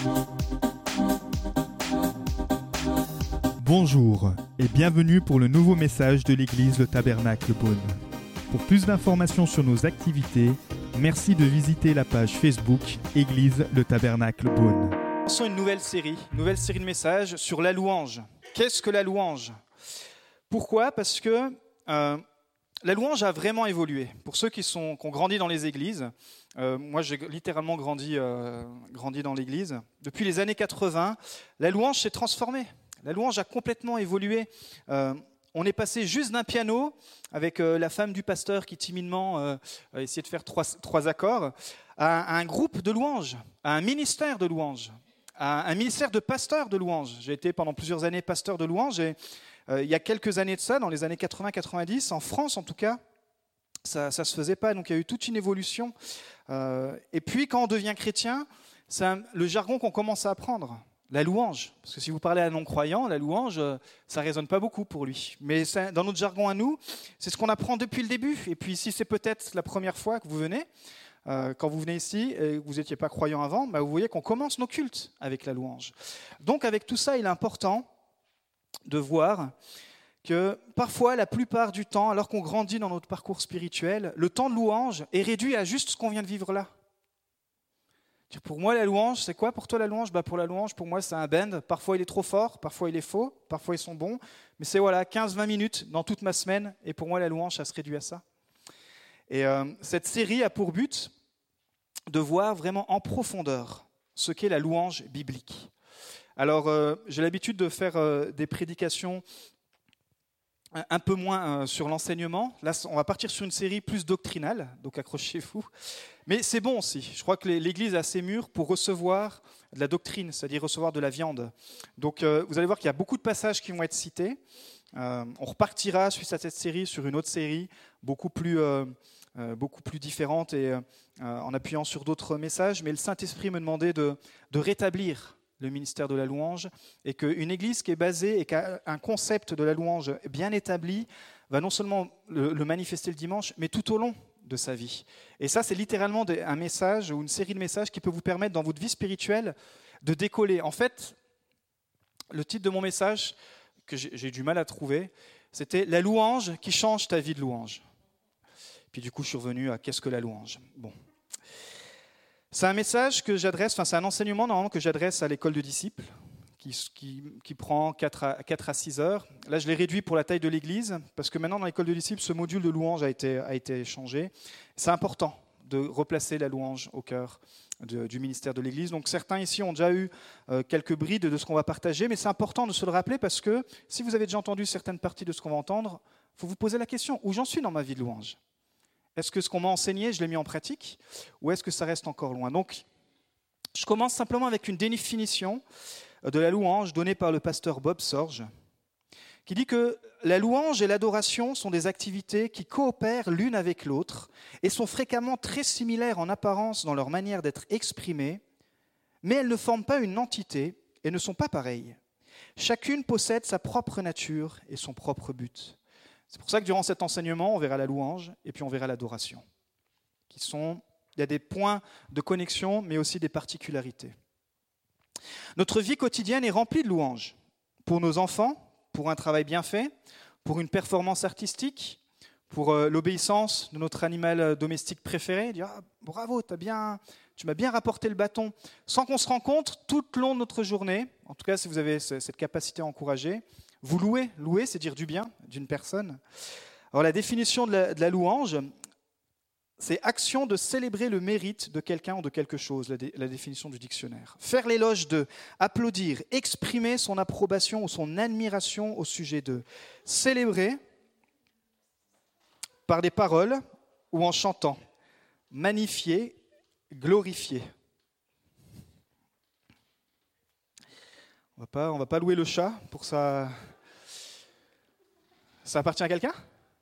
Bonjour et bienvenue pour le nouveau message de l'église Le Tabernacle Beaune. Pour plus d'informations sur nos activités, merci de visiter la page Facebook Église Le Tabernacle Beaune. Nous lançons une nouvelle série de messages sur la louange. Qu'est-ce que la louange ? Pourquoi ? Parce que la louange a vraiment évolué. Pour ceux qui ont grandi dans les églises, moi j'ai littéralement grandi dans l'église. Depuis les années 80, la louange s'est transformée. La louange a complètement évolué. On est passé juste d'un piano avec la femme du pasteur qui timidement essayait de faire trois accords à un groupe de louanges, à un ministère de louanges, à un ministère de pasteurs de louanges. J'ai été pendant plusieurs années pasteur de louanges et il y a quelques années de ça, dans les années 80-90, en France en tout cas, ça ne se faisait pas. Donc il y a eu toute une évolution. Et puis quand on devient chrétien, c'est le jargon qu'on commence à apprendre. La louange, parce que si vous parlez à un non-croyant, la louange, ça ne résonne pas beaucoup pour lui. Mais dans notre jargon à nous, c'est ce qu'on apprend depuis le début. Et puis si c'est peut-être la première fois que vous venez, quand vous venez ici et que vous n'étiez pas croyant avant, vous voyez qu'on commence nos cultes avec la louange. Donc avec tout ça, il est important de voir que parfois, la plupart du temps, alors qu'on grandit dans notre parcours spirituel, le temps de louange est réduit à juste ce qu'on vient de vivre là. Pour moi, la louange, c'est quoi pour toi la louange ? Pour la louange, pour moi, c'est un band. Parfois, il est trop fort, parfois, il est faux, parfois, ils sont bons. Mais c'est 15-20 minutes dans toute ma semaine. Et pour moi, la louange, ça se réduit à ça. Et cette série a pour but de voir vraiment en profondeur ce qu'est la louange biblique. Alors, j'ai l'habitude de faire des prédications un peu moins sur l'enseignement. Là, on va partir sur une série plus doctrinale, donc accrochez-vous. Mais c'est bon aussi. Je crois que l'Église est assez mûre pour recevoir de la doctrine, c'est-à-dire recevoir de la viande. Donc, vous allez voir qu'il y a beaucoup de passages qui vont être cités. On repartira, suite à cette série, sur une autre série, beaucoup plus différente et en appuyant sur d'autres messages. Mais le Saint-Esprit me demandait de rétablir le ministère de la louange, et qu'une église qui est basée et qui a un concept de la louange bien établi va non seulement le manifester le dimanche, mais tout au long de sa vie. Et ça, c'est littéralement un message ou une série de messages qui peut vous permettre dans votre vie spirituelle de décoller. En fait, le titre de mon message, que j'ai du mal à trouver, c'était « La louange qui change ta vie de louange ». Puis du coup, je suis revenu à « Qu'est-ce que la louange ?» Bon. C'est un message que j'adresse, c'est un enseignement normalement que j'adresse à l'école de disciples, qui prend 4 à 6 heures. Là, je l'ai réduit pour la taille de l'église, parce que maintenant, dans l'école de disciples, ce module de louange a été changé. C'est important de replacer la louange au cœur du ministère de l'église. Donc certains ici ont déjà eu quelques brides de ce qu'on va partager, mais c'est important de se le rappeler, parce que si vous avez déjà entendu certaines parties de ce qu'on va entendre, il faut vous poser la question, où j'en suis dans ma vie de louange ? Est-ce que ce qu'on m'a enseigné, je l'ai mis en pratique, ou est-ce que ça reste encore loin ? Donc, je commence simplement avec une définition de la louange donnée par le pasteur Bob Sorge, qui dit que la louange et l'adoration sont des activités qui coopèrent l'une avec l'autre et sont fréquemment très similaires en apparence dans leur manière d'être exprimées, mais elles ne forment pas une entité et ne sont pas pareilles. Chacune possède sa propre nature et son propre but. C'est pour ça que durant cet enseignement, on verra la louange et puis on verra l'adoration. Il y a des points de connexion, mais aussi des particularités. Notre vie quotidienne est remplie de louanges. Pour nos enfants, pour un travail bien fait, pour une performance artistique, pour l'obéissance de notre animal domestique préféré. Dire « Bravo, tu m'as bien rapporté le bâton ». Sans qu'on se rencontre, tout le long de notre journée, en tout cas si vous avez cette capacité à encourager, vous louez. Louer, c'est dire du bien d'une personne. Alors la définition de la louange, c'est action de célébrer le mérite de quelqu'un ou de quelque chose, la définition du dictionnaire. Faire l'éloge de, applaudir, exprimer son approbation ou son admiration au sujet de. Célébrer par des paroles ou en chantant. Magnifier, glorifier. On va pas louer le chat pour ça. Ça appartient à quelqu'un ?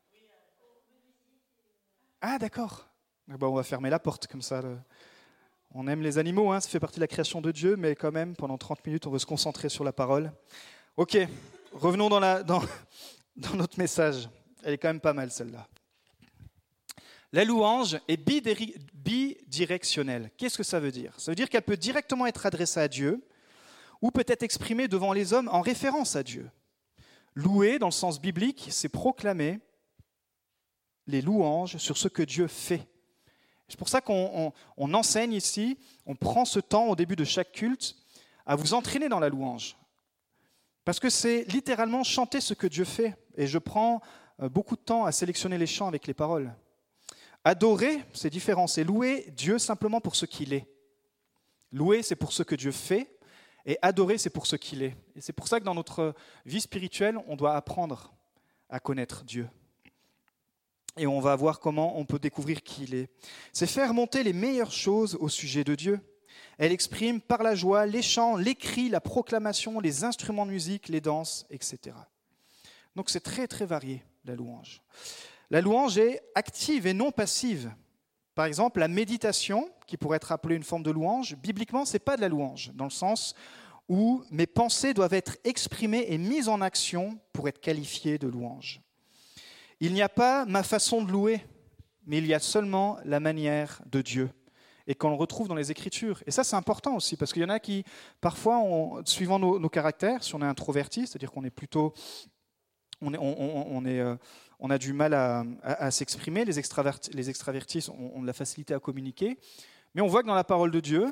Ah, d'accord. On va fermer la porte comme ça. On aime les animaux, ça fait partie de la création de Dieu, mais quand même, pendant 30 minutes, on veut se concentrer sur la parole. Ok, revenons dans notre message. Elle est quand même pas mal, celle-là. La louange est bidirectionnelle. Qu'est-ce que ça veut dire ? Ça veut dire qu'elle peut directement être adressée à Dieu ou peut être exprimée devant les hommes en référence à Dieu. Louer, dans le sens biblique, c'est proclamer les louanges sur ce que Dieu fait. C'est pour ça qu'on enseigne ici, on prend ce temps au début de chaque culte à vous entraîner dans la louange. Parce que c'est littéralement chanter ce que Dieu fait. Et je prends beaucoup de temps à sélectionner les chants avec les paroles. Adorer, c'est différent, c'est louer Dieu simplement pour ce qu'il est. Louer, c'est pour ce que Dieu fait, et adorer, c'est pour ce qu'il est. Et c'est pour ça que dans notre vie spirituelle, on doit apprendre à connaître Dieu. Et on va voir comment on peut découvrir qui il est. C'est faire monter les meilleures choses au sujet de Dieu. Elle exprime par la joie, les chants, les cris, la proclamation, les instruments de musique, les danses, etc. Donc c'est très très varié, la louange. La louange est active et non passive. Par exemple, la méditation, qui pourrait être appelée une forme de louange, bibliquement, ce n'est pas de la louange, dans le sens où mes pensées doivent être exprimées et mises en action pour être qualifiées de louange. Il n'y a pas ma façon de louer, mais il y a seulement la manière de Dieu, et qu'on le retrouve dans les Écritures. Et ça, c'est important aussi, parce qu'il y en a qui, parfois, suivant nos caractères, si on est introverti, c'est-à-dire qu'on est plutôt... On a du mal à s'exprimer, les extravertis ont de la facilité à communiquer, mais on voit que dans la parole de Dieu,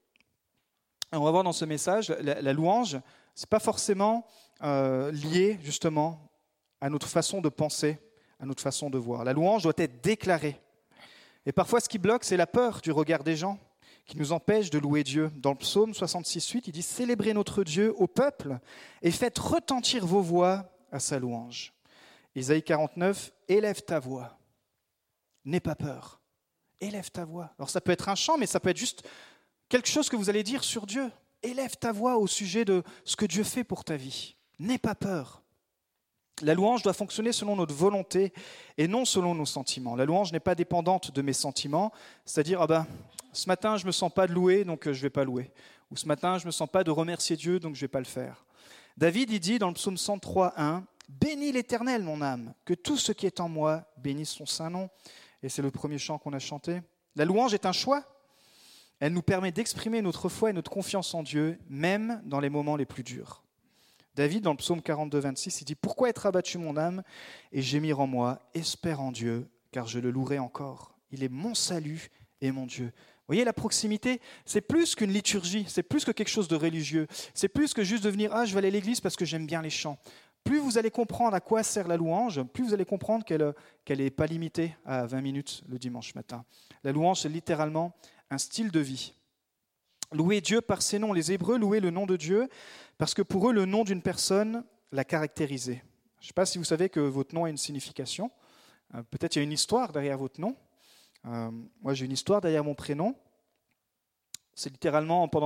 et on va voir dans ce message, la louange, ce n'est pas forcément lié justement à notre façon de penser, à notre façon de voir. La louange doit être déclarée. Et parfois, ce qui bloque, c'est la peur du regard des gens qui nous empêche de louer Dieu. Dans le psaume 66,8, il dit « Célébrez notre Dieu au peuple et faites retentir vos voix à sa louange. » Isaïe 49, « Élève ta voix, n'aie pas peur, élève ta voix. » Alors ça peut être un chant, mais ça peut être juste quelque chose que vous allez dire sur Dieu. Élève ta voix au sujet de ce que Dieu fait pour ta vie. N'aie pas peur. La louange doit fonctionner selon notre volonté et non selon nos sentiments. La louange n'est pas dépendante de mes sentiments, c'est-à-dire ce matin je ne me sens pas de louer, donc je ne vais pas louer. Ou ce matin je ne me sens pas de remercier Dieu, donc je ne vais pas le faire. David il dit dans le psaume 103, 1, « Bénis l'Éternel mon âme, que tout ce qui est en moi bénisse son saint nom. » Et c'est le premier chant qu'on a chanté. La louange est un choix. Elle nous permet d'exprimer notre foi et notre confiance en Dieu, même dans les moments les plus durs. David, dans le psaume 42, 26, il dit « Pourquoi être abattu mon âme et gémir en moi? Espère en Dieu, car je le louerai encore. Il est mon salut et mon Dieu. » Vous voyez, la proximité, c'est plus qu'une liturgie, c'est plus que quelque chose de religieux. C'est plus que juste de venir « je vais aller à l'église parce que j'aime bien les chants ». Plus vous allez comprendre à quoi sert la louange, plus vous allez comprendre qu'elle n'est pas limitée à 20 minutes le dimanche matin. La louange, c'est littéralement un style de vie. Louer Dieu par ses noms. Les Hébreux louaient le nom de Dieu parce que pour eux, le nom d'une personne la caractérisait. Je ne sais pas si vous savez que votre nom a une signification. Peut-être il y a une histoire derrière votre nom. Moi, j'ai une histoire derrière mon prénom. C'est littéralement pendant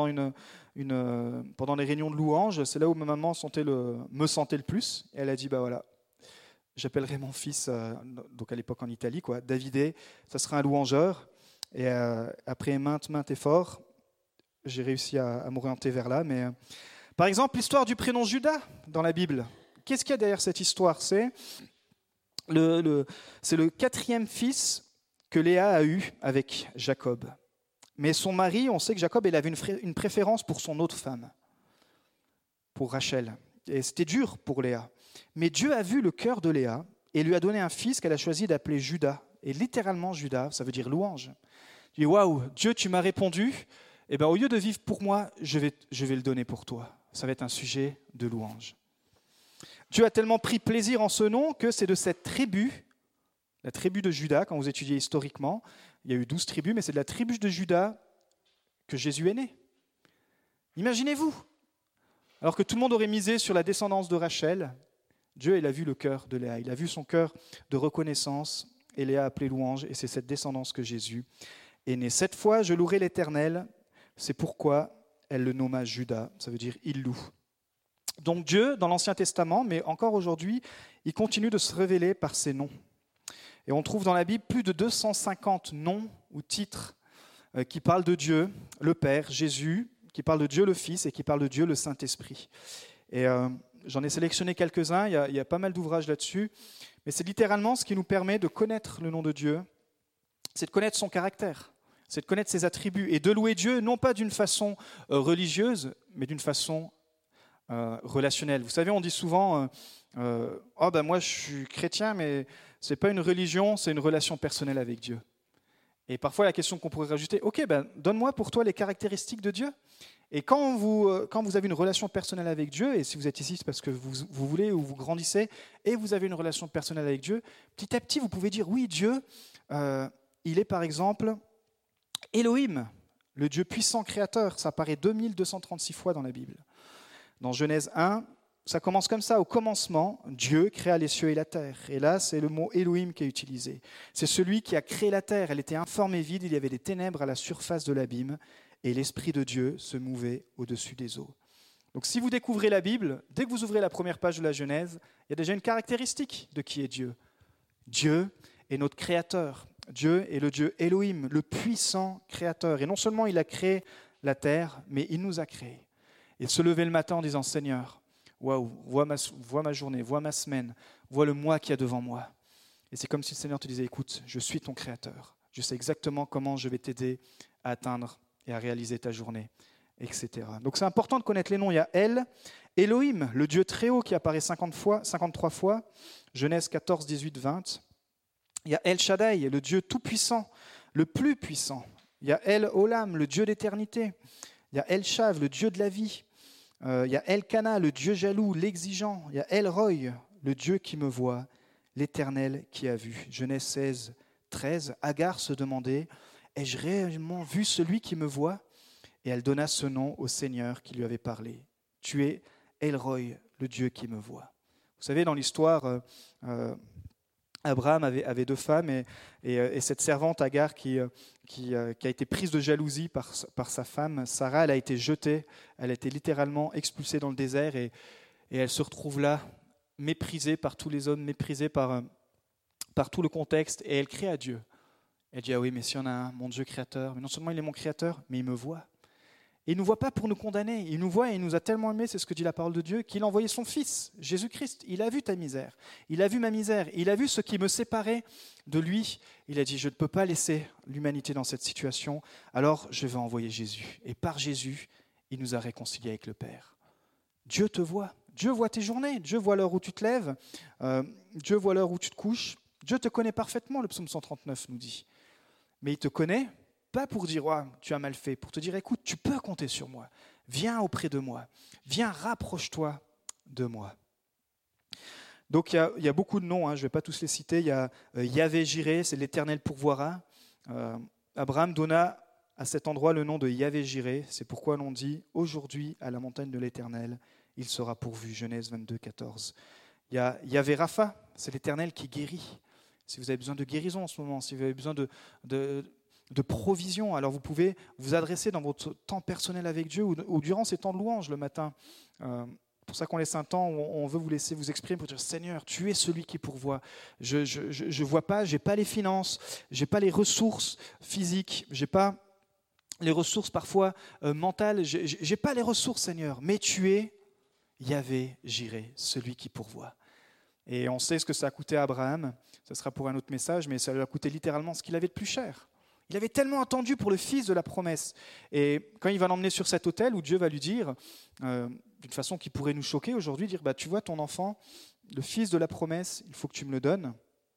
les réunions de louanges, c'est là où ma maman me sentait le plus. Et elle a dit, voilà, j'appellerai mon fils, donc à l'époque en Italie, Davide, ça sera un louangeur. Et après maintes efforts, j'ai réussi à m'orienter vers là. Mais, par exemple, l'histoire du prénom Judas dans la Bible. Qu'est-ce qu'il y a derrière cette histoire ? C'est le 4e fils que Léa a eu avec Jacob. Mais son mari, on sait que Jacob, il avait une préférence pour son autre femme, pour Rachel. Et c'était dur pour Léa. Mais Dieu a vu le cœur de Léa et lui a donné un fils qu'elle a choisi d'appeler Judas. Et littéralement, Judas, ça veut dire louange. Il dit, waouh, Dieu, tu m'as répondu. Et au lieu de vivre pour moi, je vais le donner pour toi. Ça va être un sujet de louange. Dieu a tellement pris plaisir en ce nom que c'est de cette tribu, la tribu de Judas, quand vous étudiez historiquement, il y a eu 12 tribus, mais c'est de la tribu de Judas que Jésus est né. Imaginez-vous, alors que tout le monde aurait misé sur la descendance de Rachel, Dieu, il a vu le cœur de Léa, il a vu son cœur de reconnaissance, et Léa a appelé louange, et c'est cette descendance que Jésus est né. Cette fois, je louerai l'Éternel, c'est pourquoi elle le nomma Judas, ça veut dire « il loue ». Donc Dieu, dans l'Ancien Testament, mais encore aujourd'hui, il continue de se révéler par ses noms. Et on trouve dans la Bible plus de 250 noms ou titres qui parlent de Dieu, le Père, Jésus, qui parlent de Dieu le Fils et qui parlent de Dieu le Saint-Esprit. Et j'en ai sélectionné quelques-uns, il y a pas mal d'ouvrages là-dessus, mais c'est littéralement ce qui nous permet de connaître le nom de Dieu c'est de connaître son caractère, c'est de connaître ses attributs et de louer Dieu, non pas d'une façon religieuse, mais d'une façon relationnelle. Vous savez, on dit souvent oh ben moi je suis chrétien, mais ce n'est pas une religion, c'est une relation personnelle avec Dieu. Et parfois la question qu'on pourrait rajouter, ok, ben donne-moi pour toi les caractéristiques de Dieu. Et quand vous avez une relation personnelle avec Dieu, et si vous êtes ici, c'est parce que vous voulez ou vous grandissez, et vous avez une relation personnelle avec Dieu, petit à petit, vous pouvez dire, oui, Dieu, il est par exemple Elohim, le Dieu puissant créateur. Ça apparaît 2236 fois dans la Bible. Dans Genèse 1, ça commence comme ça, au commencement, Dieu créa les cieux et la terre. Et là, c'est le mot Elohim qui est utilisé. C'est celui qui a créé la terre. Elle était informe et vide, il y avait des ténèbres à la surface de l'abîme, et l'Esprit de Dieu se mouvait au-dessus des eaux. Donc si vous découvrez la Bible, dès que vous ouvrez la première page de la Genèse, il y a déjà une caractéristique de qui est Dieu. Dieu est notre créateur. Dieu est le Dieu Elohim, le puissant créateur. Et non seulement il a créé la terre, mais il nous a créés. Et se lever le matin en disant « Seigneur, waouh, vois ma journée, vois ma semaine, vois le mois qu'il y a devant moi. » Et c'est comme si le Seigneur te disait « Écoute, je suis ton créateur. Je sais exactement comment je vais t'aider à atteindre et à réaliser ta journée, etc. » Donc c'est important de connaître les noms. Il y a El, Elohim, le Dieu très haut qui apparaît 53 fois, Genèse 14, 18, 20. Il y a El Shaddai, le Dieu tout-puissant, le plus puissant. Il y a El Olam, le Dieu d'éternité. Il y a El Shav, le Dieu de la vie. Il y a El Kana, le Dieu jaloux, l'exigeant. Il y a El Roy, le Dieu qui me voit, l'Éternel qui a vu. Genèse 16, 13. Agar se demandait, ai-je réellement vu celui qui me voit ? Et elle donna ce nom au Seigneur qui lui avait parlé. Tu es El Roy, le Dieu qui me voit. Vous savez, dans l'histoire, Abraham avait deux femmes et cette servante Agar qui a été prise de jalousie par sa femme, Sarah, elle a été jetée, elle a été littéralement expulsée dans le désert et elle se retrouve là, méprisée par tous les hommes, méprisée par tout le contexte et elle crie à Dieu. Elle dit, ah oui, mais s'il y en a un, mon Dieu créateur, mais non seulement il est mon créateur, mais il me voit. Et il ne nous voit pas pour nous condamner, il nous voit et il nous a tellement aimés, c'est ce que dit la parole de Dieu, qu'il a envoyé son Fils, Jésus-Christ. Il a vu ta misère, il a vu ma misère, il a vu ce qui me séparait de lui. Il a dit, je ne peux pas laisser l'humanité dans cette situation, alors je vais envoyer Jésus. Et par Jésus, il nous a réconciliés avec le Père. Dieu te voit, Dieu voit tes journées, Dieu voit l'heure où tu te lèves, Dieu voit l'heure où tu te couches. Dieu te connaît parfaitement, le psaume 139 nous dit. Mais il te connaît, pas pour dire oh, tu as mal fait, pour te dire écoute, tu peux compter sur moi, viens auprès de moi, viens, rapproche-toi de moi. Donc il y a beaucoup de noms, je ne vais pas tous les citer. Il y a Yahvé Jiré, c'est l'Éternel pourvoira. Abraham donna à cet endroit le nom de Yahvé Jiré, c'est pourquoi l'on dit aujourd'hui à la montagne de l'Éternel, il sera pourvu. Genèse 22, 14. Il y a Yahvé Rapha, c'est l'Éternel qui guérit. Si vous avez besoin de guérison en ce moment, si vous avez besoin de provision, alors vous pouvez vous adresser dans votre temps personnel avec Dieu ou durant ces temps de louange le matin. C'est pour ça qu'on laisse un temps où on veut vous laisser vous exprimer pour dire Seigneur, tu es celui qui pourvoit. Je vois pas, j'ai pas les finances, j'ai pas les ressources physiques, j'ai pas les ressources parfois mentales, j'ai pas les ressources Seigneur, mais tu es Yahvé Jiré, celui qui pourvoit. Et on sait ce que ça a coûté à Abraham, ce sera pour un autre message, mais ça lui a coûté littéralement ce qu'il avait de plus cher. Il avait tellement attendu pour le fils de la promesse. Et quand il va l'emmener sur cet autel où Dieu va lui dire, d'une façon qui pourrait nous choquer aujourd'hui, dire tu vois ton enfant, le fils de la promesse, il faut que tu me le donnes.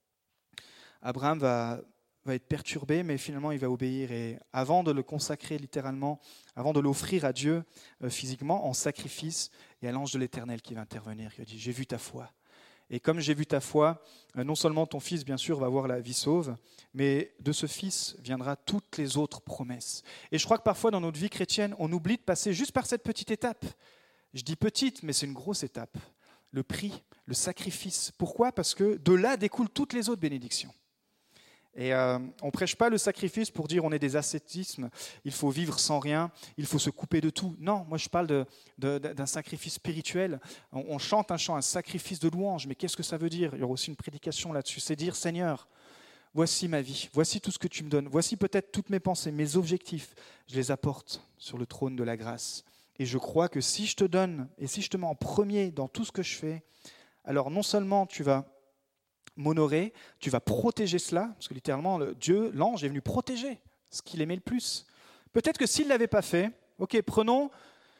Abraham va être perturbé, mais finalement il va obéir. Et avant de le consacrer littéralement, avant de l'offrir à Dieu physiquement en sacrifice, il y a l'ange de l'Éternel qui va intervenir, qui va dire j'ai vu ta foi. Et comme j'ai vu ta foi, non seulement ton fils, bien sûr, va avoir la vie sauve, mais de ce fils viendra toutes les autres promesses. Et je crois que parfois, dans notre vie chrétienne, on oublie de passer juste par cette petite étape. Je dis petite, mais c'est une grosse étape. Le prix, le sacrifice. Pourquoi ? Parce que de là découlent toutes les autres bénédictions. Et on ne prêche pas le sacrifice pour dire on est des ascétismes, il faut vivre sans rien, il faut se couper de tout. Non, moi je parle d'un sacrifice spirituel. On chante un chant, un sacrifice de louange, mais qu'est-ce que ça veut dire ? Il y aura aussi une prédication là-dessus. C'est dire Seigneur, voici ma vie, voici tout ce que tu me donnes, voici peut-être toutes mes pensées, mes objectifs. Je les apporte sur le trône de la grâce. Et je crois que si je te donne et si je te mets en premier dans tout ce que je fais, alors non seulement tu vas m'honorer, tu vas protéger cela, parce que littéralement, l'ange est venu protéger ce qu'il aimait le plus. Peut-être que s'il ne l'avait pas fait, ok, prenons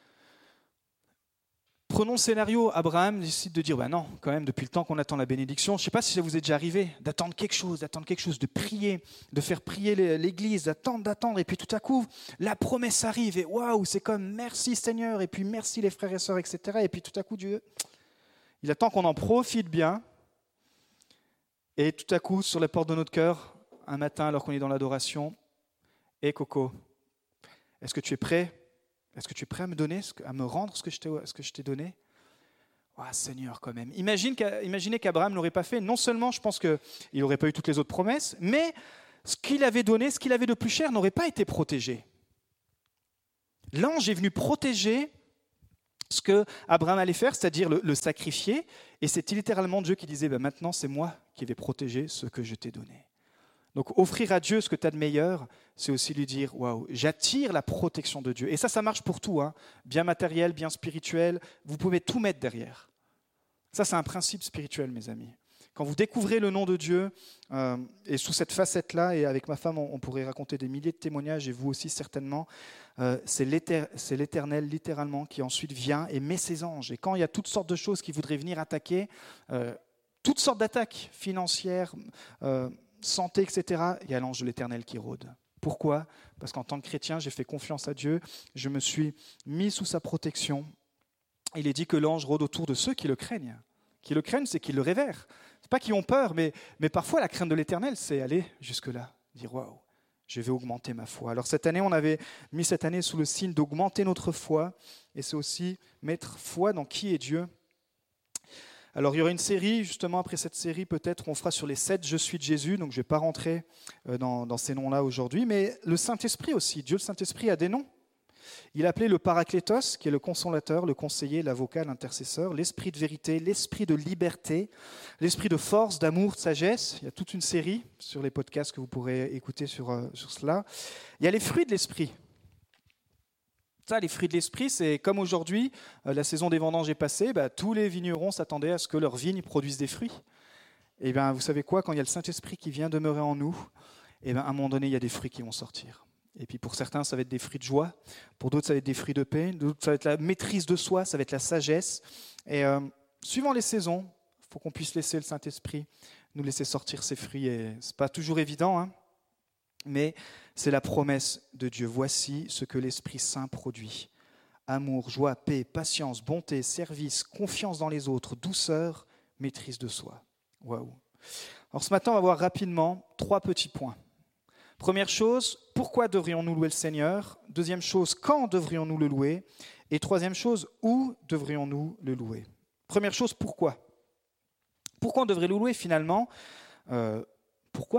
le scénario, Abraham décide de dire, non, quand même, depuis le temps qu'on attend la bénédiction, je ne sais pas si ça vous est déjà arrivé, d'attendre quelque chose, de prier, de faire prier l'Église, d'attendre, et puis tout à coup, la promesse arrive, et waouh, c'est comme, merci Seigneur, et puis merci les frères et sœurs, etc. Et puis tout à coup, Dieu, il attend qu'on en profite bien, et tout à coup, sur les portes de notre cœur, un matin, alors qu'on est dans l'adoration, et Coco, est-ce que tu es prêt ? Est-ce que tu es prêt à me donner, à me rendre ce que je t'ai donné ? Seigneur, quand même. Imaginez qu'Abraham ne l'aurait pas fait. Non seulement, je pense qu'il n'aurait pas eu toutes les autres promesses, mais ce qu'il avait donné, ce qu'il avait de plus cher, n'aurait pas été protégé. L'ange est venu protéger ce que Abraham allait faire, c'est-à-dire le sacrifier. Et c'était littéralement Dieu qui disait, maintenant c'est moi qui vais protéger ce que je t'ai donné. Donc offrir à Dieu ce que tu as de meilleur, c'est aussi lui dire, waouh, j'attire la protection de Dieu. Et ça marche pour tout, bien matériel, bien spirituel, vous pouvez tout mettre derrière. Ça, c'est un principe spirituel, mes amis. Quand vous découvrez le nom de Dieu, et sous cette facette-là, et avec ma femme, on pourrait raconter des milliers de témoignages, et vous aussi certainement, c'est l'Éternel, littéralement, qui ensuite vient et met ses anges. Et quand il y a toutes sortes de choses qui voudraient venir attaquer, toutes sortes d'attaques financières, santé, etc., il y a l'ange de l'Éternel qui rôde. Pourquoi ? Parce qu'en tant que chrétien, j'ai fait confiance à Dieu, je me suis mis sous sa protection. Il est dit que l'ange rôde autour de ceux qui le craignent. Qui le craignent, c'est qu'ils le révèrent. Ce n'est pas qu'ils ont peur, mais parfois la crainte de l'Éternel, c'est aller jusque-là, dire waouh, je vais augmenter ma foi. Alors cette année, on avait mis cette année sous le signe d'augmenter notre foi, et c'est aussi mettre foi dans qui est Dieu. Alors il y aura une série, justement après cette série peut-être, on fera sur les 7 « Je suis de Jésus », donc je ne vais pas rentrer dans ces noms-là aujourd'hui, mais le Saint-Esprit aussi, Dieu le Saint-Esprit a des noms. Il est appelé le Paraklétos, qui est le consolateur, le conseiller, l'avocat, l'intercesseur, l'esprit de vérité, l'esprit de liberté, l'esprit de force, d'amour, de sagesse. Il y a toute une série sur les podcasts que vous pourrez écouter sur cela. Il y a les fruits de l'esprit. Ça, les fruits de l'esprit, c'est comme aujourd'hui, la saison des vendanges est passée, tous les vignerons s'attendaient à ce que leurs vignes produisent des fruits. Et bien, vous savez quoi, quand il y a le Saint-Esprit qui vient demeurer en nous, et bien, à un moment donné, il y a des fruits qui vont sortir. Et puis pour certains, ça va être des fruits de joie, pour d'autres, ça va être des fruits de paix, d'autres, ça va être la maîtrise de soi, ça va être la sagesse. Et suivant les saisons, il faut qu'on puisse laisser le Saint-Esprit nous laisser sortir ses fruits. Et ce n'est pas toujours évident, mais c'est la promesse de Dieu. Voici ce que l'Esprit Saint produit. Amour, joie, paix, patience, bonté, service, confiance dans les autres, douceur, maîtrise de soi. Waouh. Alors ce matin, on va voir rapidement 3 petits points. Première chose, pourquoi devrions-nous louer le Seigneur ? Deuxième chose, quand devrions-nous le louer ? Et troisième chose, où devrions-nous le louer ? Première chose, pourquoi ? Pourquoi on devrait le louer finalement ? Pourquoi ?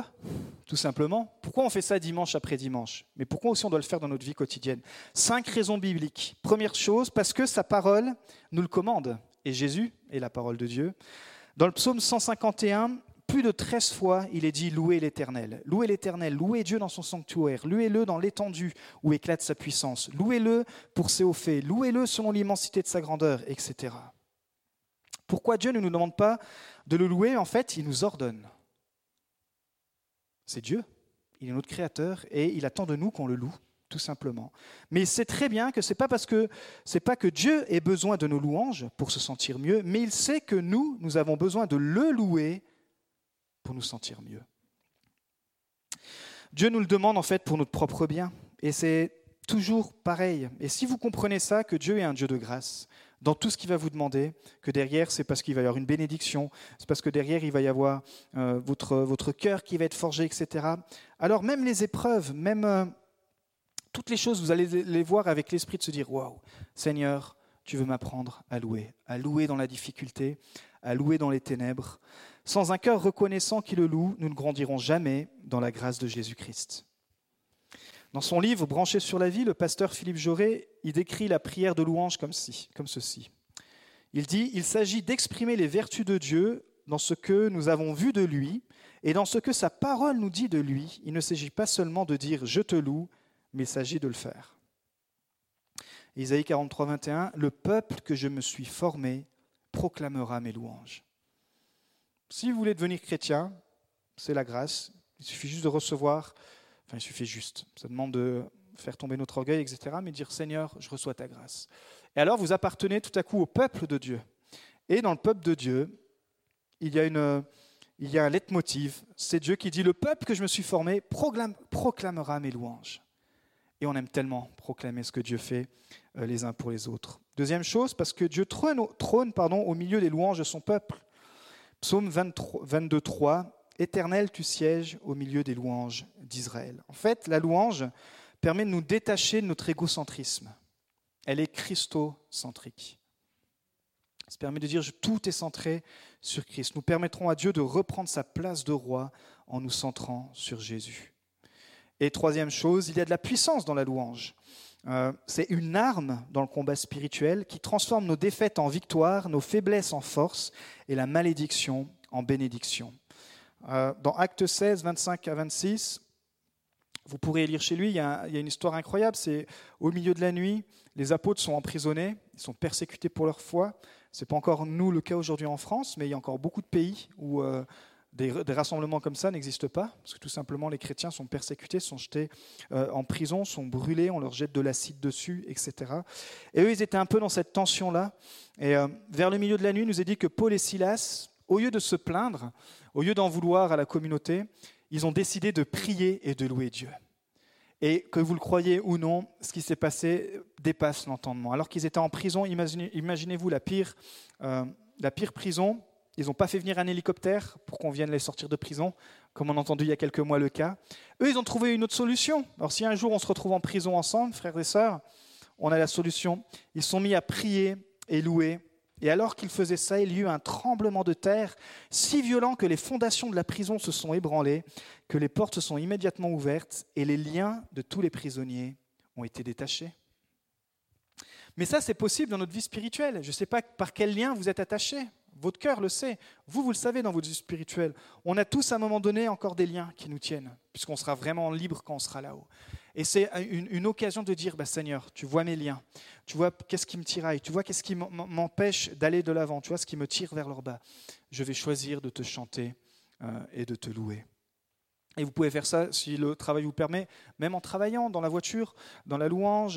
Tout simplement. Pourquoi on fait ça dimanche après dimanche ? Mais pourquoi aussi on doit le faire dans notre vie quotidienne ? 5 raisons bibliques. Première chose, parce que sa parole nous le commande. Et Jésus est la parole de Dieu. Dans le psaume 151, plus de 13 fois, il est dit « Louez l'Éternel ». Louez l'Éternel, louez Dieu dans son sanctuaire, louez-le dans l'étendue où éclate sa puissance, louez-le pour ses hauts faits, louez-le selon l'immensité de sa grandeur, etc. Pourquoi Dieu ne nous demande pas de le louer ? En fait, il nous ordonne. C'est Dieu, il est notre créateur et il attend de nous qu'on le loue, tout simplement. Mais il sait très bien que ce n'est pas que Dieu ait besoin de nos louanges pour se sentir mieux, mais il sait que nous avons besoin de le louer pour nous sentir mieux. Dieu nous le demande en fait pour notre propre bien et c'est toujours pareil. Et si vous comprenez ça, que Dieu est un Dieu de grâce, dans tout ce qu'il va vous demander, que derrière, c'est parce qu'il va y avoir une bénédiction, c'est parce que derrière, il va y avoir votre cœur qui va être forgé, etc. Alors même les épreuves, même toutes les choses, vous allez les voir avec l'esprit de se dire « Waouh, Seigneur, tu veux m'apprendre à louer dans la difficulté, à louer dans les ténèbres. » Sans un cœur reconnaissant qui le loue, nous ne grandirons jamais dans la grâce de Jésus-Christ. Dans son livre « Branché sur la vie », le pasteur Philippe Jaurès, il décrit la prière de louange comme ceci. Il dit « Il s'agit d'exprimer les vertus de Dieu dans ce que nous avons vu de lui et dans ce que sa parole nous dit de lui. Il ne s'agit pas seulement de dire « je te loue », mais il s'agit de le faire. » Isaïe 43, 21, « Le peuple que je me suis formé proclamera mes louanges. » Si vous voulez devenir chrétien, c'est la grâce. Il suffit juste de recevoir, enfin il suffit juste, ça demande de faire tomber notre orgueil, etc., mais dire Seigneur, je reçois ta grâce. Et alors vous appartenez tout à coup au peuple de Dieu. Et dans le peuple de Dieu, il y a un leitmotiv, c'est Dieu qui dit « Le peuple que je me suis formé proclamera mes louanges ». Et on aime tellement proclamer ce que Dieu fait les uns pour les autres. Deuxième chose, parce que Dieu trône au milieu des louanges de son peuple. Psaume 22:3, « Éternel, tu sièges au milieu des louanges d'Israël ». En fait, la louange permet de nous détacher de notre égocentrisme. Elle est christocentrique. Ça permet de dire « tout est centré sur Christ ». Nous permettrons à Dieu de reprendre sa place de roi en nous centrant sur Jésus. Et troisième chose, il y a de la puissance dans la louange. C'est une arme dans le combat spirituel qui transforme nos défaites en victoire, nos faiblesses en force et la malédiction en bénédiction. Dans Actes 16, 25 à 26, vous pourrez lire chez lui, il y a une histoire incroyable, c'est au milieu de la nuit, les apôtres sont emprisonnés, ils sont persécutés pour leur foi. Ce n'est pas encore nous le cas aujourd'hui en France, mais il y a encore beaucoup de pays où des rassemblements comme ça n'existent pas, parce que tout simplement les chrétiens sont persécutés, sont jetés en prison, sont brûlés, on leur jette de l'acide dessus, etc. Et eux, ils étaient un peu dans cette tension-là. Et vers le milieu de la nuit, il nous est dit que Paul et Silas, au lieu de se plaindre, au lieu d'en vouloir à la communauté, ils ont décidé de prier et de louer Dieu. Et que vous le croyez ou non, ce qui s'est passé dépasse l'entendement. Alors qu'ils étaient en prison, imaginez-vous la pire prison. Ils n'ont pas fait venir un hélicoptère pour qu'on vienne les sortir de prison, comme on a entendu il y a quelques mois le cas. Eux, ils ont trouvé une autre solution. Alors si un jour on se retrouve en prison ensemble, frères et sœurs, on a la solution. Ils sont mis à prier et louer. Et alors qu'ils faisaient ça, il y eut un tremblement de terre si violent que les fondations de la prison se sont ébranlées, que les portes se sont immédiatement ouvertes et les liens de tous les prisonniers ont été détachés. Mais ça, c'est possible dans notre vie spirituelle. Je ne sais pas par quel lien vous êtes attachés. Votre cœur le sait. Vous le savez dans votre vie spirituelle. On a tous à un moment donné encore des liens qui nous tiennent, puisqu'on sera vraiment libre quand on sera là-haut. Et c'est une occasion de dire, Seigneur, tu vois mes liens, tu vois qu'est-ce qui me tiraille, tu vois qu'est-ce qui m'empêche d'aller de l'avant, tu vois ce qui me tire vers le bas. Je vais choisir de te chanter et de te louer. Et vous pouvez faire ça, si le travail vous permet, même en travaillant dans la voiture, dans la louange,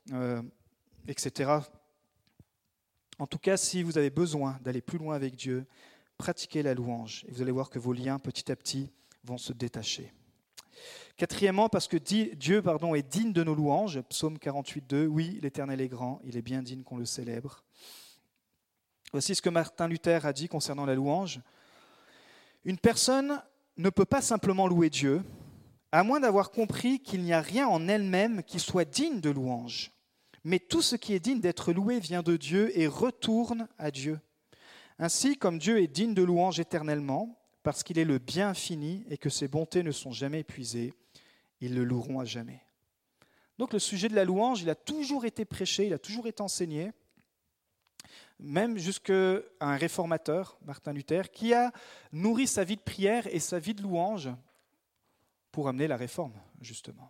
etc. En tout cas, si vous avez besoin d'aller plus loin avec Dieu, pratiquez la louange et vous allez voir que vos liens, petit à petit, vont se détacher. Quatrièmement, parce que Dieu est digne de nos louanges, psaume 48:2, oui, l'Éternel est grand, il est bien digne qu'on le célèbre. Voici ce que Martin Luther a dit concernant la louange. Une personne ne peut pas simplement louer Dieu, à moins d'avoir compris qu'il n'y a rien en elle-même qui soit digne de louange. Mais tout ce qui est digne d'être loué vient de Dieu et retourne à Dieu. Ainsi, comme Dieu est digne de louange éternellement, parce qu'il est le bien infini et que ses bontés ne sont jamais épuisées, ils le loueront à jamais. Donc le sujet de la louange, il a toujours été prêché, il a toujours été enseigné, même jusqu'à un réformateur, Martin Luther, qui a nourri sa vie de prière et sa vie de louange pour amener la réforme, justement.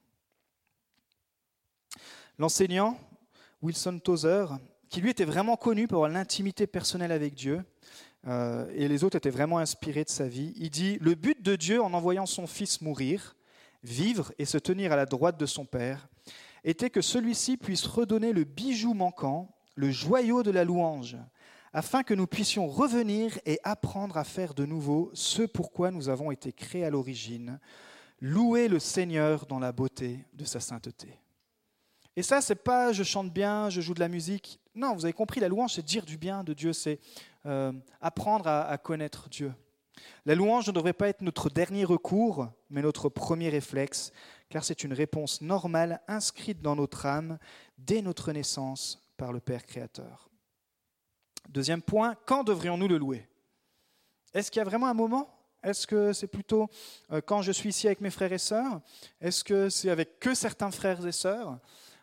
L'enseignant Wilson Tozer, qui lui était vraiment connu pour avoir l'intimité personnelle avec Dieu, et les autres étaient vraiment inspirés de sa vie, il dit « Le but de Dieu en envoyant son Fils mourir, vivre et se tenir à la droite de son Père, était que celui-ci puisse redonner le bijou manquant, le joyau de la louange, afin que nous puissions revenir et apprendre à faire de nouveau ce pourquoi nous avons été créés à l'origine, louer le Seigneur dans la beauté de sa sainteté. » Et ça, c'est pas je chante bien, je joue de la musique. Non, vous avez compris, la louange, c'est dire du bien de Dieu, c'est apprendre à connaître Dieu. La louange ne devrait pas être notre dernier recours, mais notre premier réflexe, car c'est une réponse normale inscrite dans notre âme dès notre naissance par le Père Créateur. Deuxième point, quand devrions-nous le louer ? Est-ce qu'il y a vraiment un moment ? Est-ce que c'est plutôt quand je suis ici avec mes frères et sœurs ? Est-ce que c'est avec que certains frères et sœurs ?